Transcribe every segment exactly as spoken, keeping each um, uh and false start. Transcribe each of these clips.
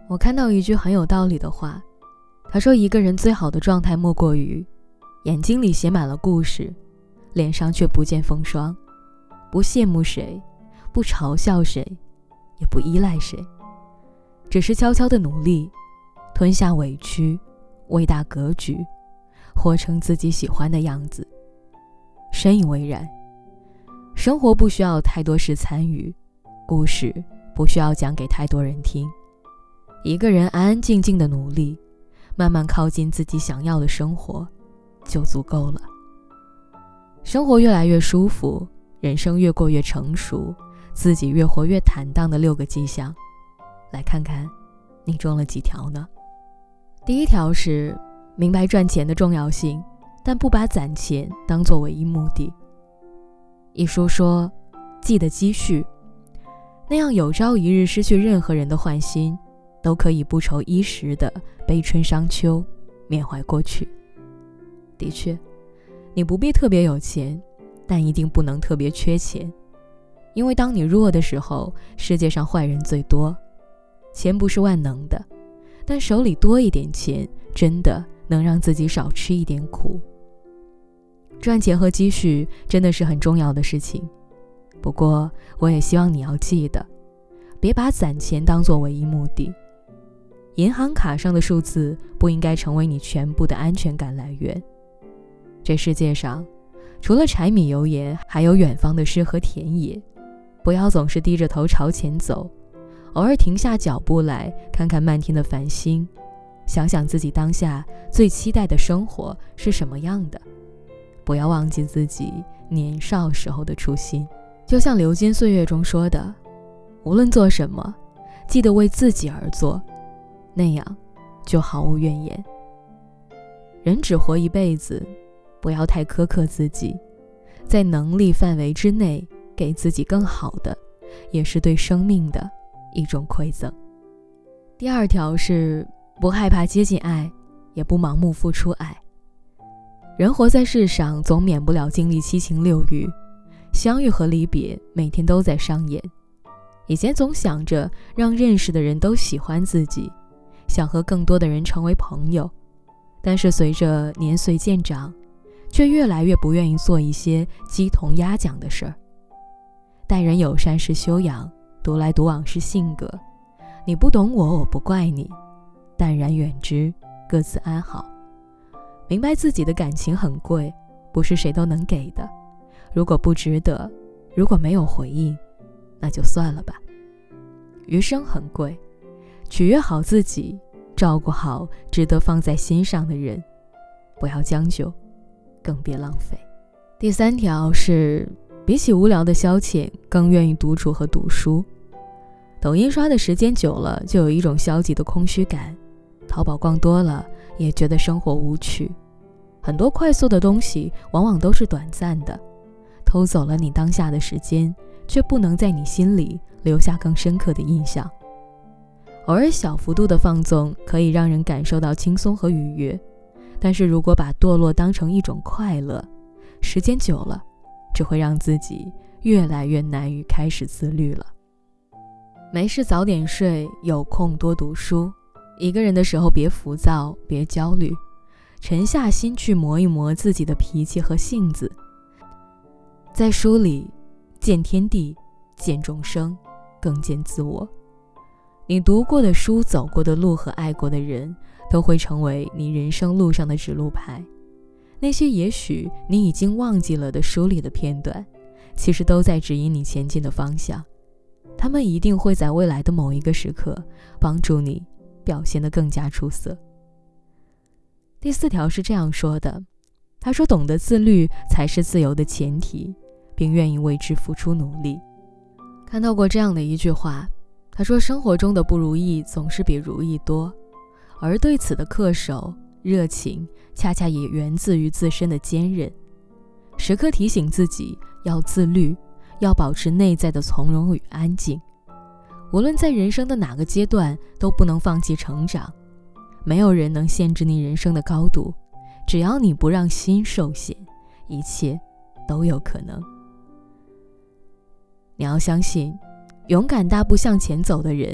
我看到一句很有道理的话，他说一个人最好的状态莫过于眼睛里写满了故事，脸上却不见风霜，不羡慕谁，不嘲笑谁，也不依赖谁，只是悄悄地努力，吞下委屈，为大格局，活成自己喜欢的样子。深以为然。生活不需要太多事参与，故事不需要讲给太多人听，一个人安安静静的努力，慢慢靠近自己想要的生活就足够了。生活越来越舒服，人生越过越成熟，自己越活越坦荡的六个迹象，来看看你中了几条呢？第一条是明白赚钱的重要性，但不把攒钱当作唯一目的。一书说，记得积蓄，那样有朝一日失去任何人的欢心，都可以不愁衣食的悲春伤秋，缅怀过去。的确，你不必特别有钱，但一定不能特别缺钱，因为当你弱的时候，世界上坏人最多。钱不是万能的，但手里多一点钱，真的能让自己少吃一点苦。赚钱和积蓄真的是很重要的事情，不过我也希望你要记得，别把攒钱当作唯一目的。银行卡上的数字不应该成为你全部的安全感来源。这世界上除了柴米油盐，还有远方的诗和田野。不要总是低着头朝前走，偶尔停下脚步来看看漫天的繁星，想想自己当下最期待的生活是什么样的。不要忘记自己年少时候的初心。就像流金岁月中说的，无论做什么，记得为自己而做，那样就毫无怨言。人只活一辈子，不要太苛刻自己，在能力范围之内给自己更好的，也是对生命的一种馈赠。第二条是不害怕接近爱，也不盲目付出爱。人活在世上，总免不了经历七情六欲，相遇和离别每天都在上演。以前总想着让认识的人都喜欢自己，想和更多的人成为朋友，但是随着年岁渐长，却越来越不愿意做一些鸡同鸭讲的事儿。待人友善是修养，独来独往是性格。你不懂我，我不怪你，淡然远之，各自安好。明白自己的感情很贵，不是谁都能给的。如果不值得，如果没有回应，那就算了吧。余生很贵，取悦好自己，照顾好值得放在心上的人，不要将就，更别浪费。第三条是，比起无聊的消遣，更愿意独处和读书。抖音刷的时间久了，就有一种消极的空虚感，淘宝逛多了，也觉得生活无趣。很多快速的东西往往都是短暂的，偷走了你当下的时间，却不能在你心里留下更深刻的印象。偶尔小幅度的放纵可以让人感受到轻松和愉悦，但是如果把堕落当成一种快乐，时间久了，只会让自己越来越难于开始自律了。没事早点睡，有空多读书。一个人的时候别浮躁，别焦虑，沉下心去磨一磨自己的脾气和性子。在书里见天地，见众生，更见自我。你读过的书，走过的路和爱过的人，都会成为你人生路上的指路牌。那些也许你已经忘记了的书里的片段，其实都在指引你前进的方向。他们一定会在未来的某一个时刻帮助你表现得更加出色。第四条是这样说的，他说懂得自律才是自由的前提，并愿意为之付出努力。看到过这样的一句话，他说生活中的不如意总是比如意多，而对此的恪守、热情恰恰也源自于自身的坚韧。时刻提醒自己要自律，要保持内在的从容与安静。无论在人生的哪个阶段，都不能放弃成长。没有人能限制你人生的高度，只要你不让心受限，一切都有可能。你要相信，勇敢大步向前走的人，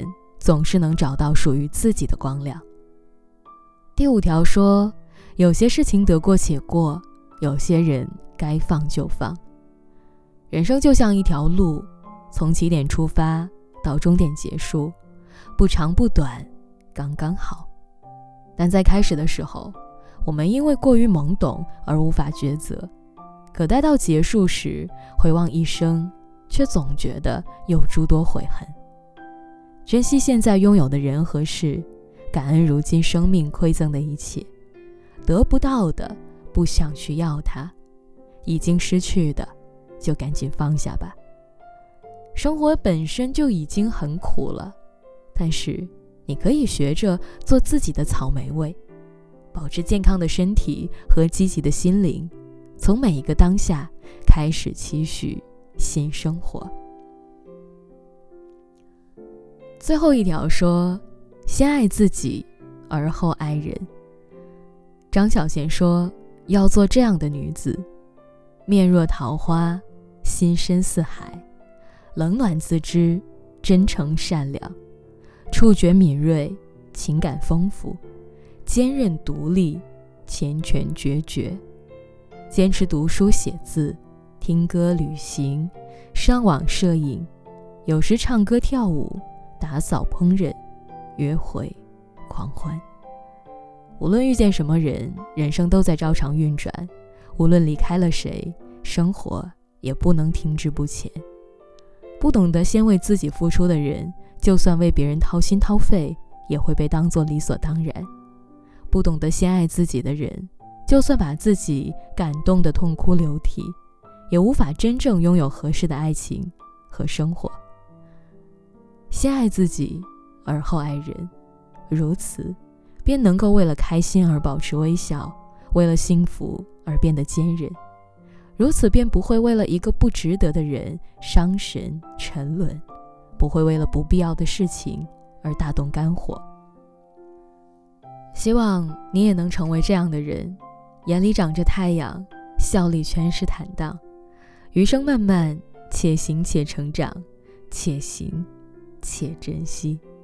总是能找到属于自己的光亮。第五条说，有些事情得过且过，有些人该放就放。人生就像一条路，从起点出发到终点结束，不长不短，刚刚好。但在开始的时候，我们因为过于懵懂而无法抉择，可待到结束时，回望一生，却总觉得有诸多悔恨。珍惜现在拥有的人和事，感恩如今生命馈赠的一切。得不到的不想去要它，已经失去的就赶紧放下吧。生活本身就已经很苦了，但是你可以学着做自己的草莓味，保持健康的身体和积极的心灵，从每一个当下开始期许新生活。最后一条说，先爱自己，而后爱人。张小娴说，要做这样的女子，面若桃花，心深似海，冷暖自知，真诚善良，触觉敏锐，情感丰富，坚韧独立，缱绻决绝，坚持读书写字，听歌旅行，上网摄影，有时唱歌跳舞，打扫烹饪，约会狂欢。无论遇见什么人，人生都在照常运转，无论离开了谁，生活也不能停滞不前。不懂得先为自己付出的人，就算为别人掏心掏肺，也会被当作理所当然。不懂得先爱自己的人，就算把自己感动得痛哭流涕，也无法真正拥有合适的爱情和生活。先爱自己，而后爱人，如此便能够为了开心而保持微笑，为了幸福而变得坚韧，如此便不会为了一个不值得的人伤神沉沦，不会为了不必要的事情而大动肝火。希望你也能成为这样的人，眼里长着太阳，笑里全是坦荡，余生漫漫，且行且成长，且行且珍惜。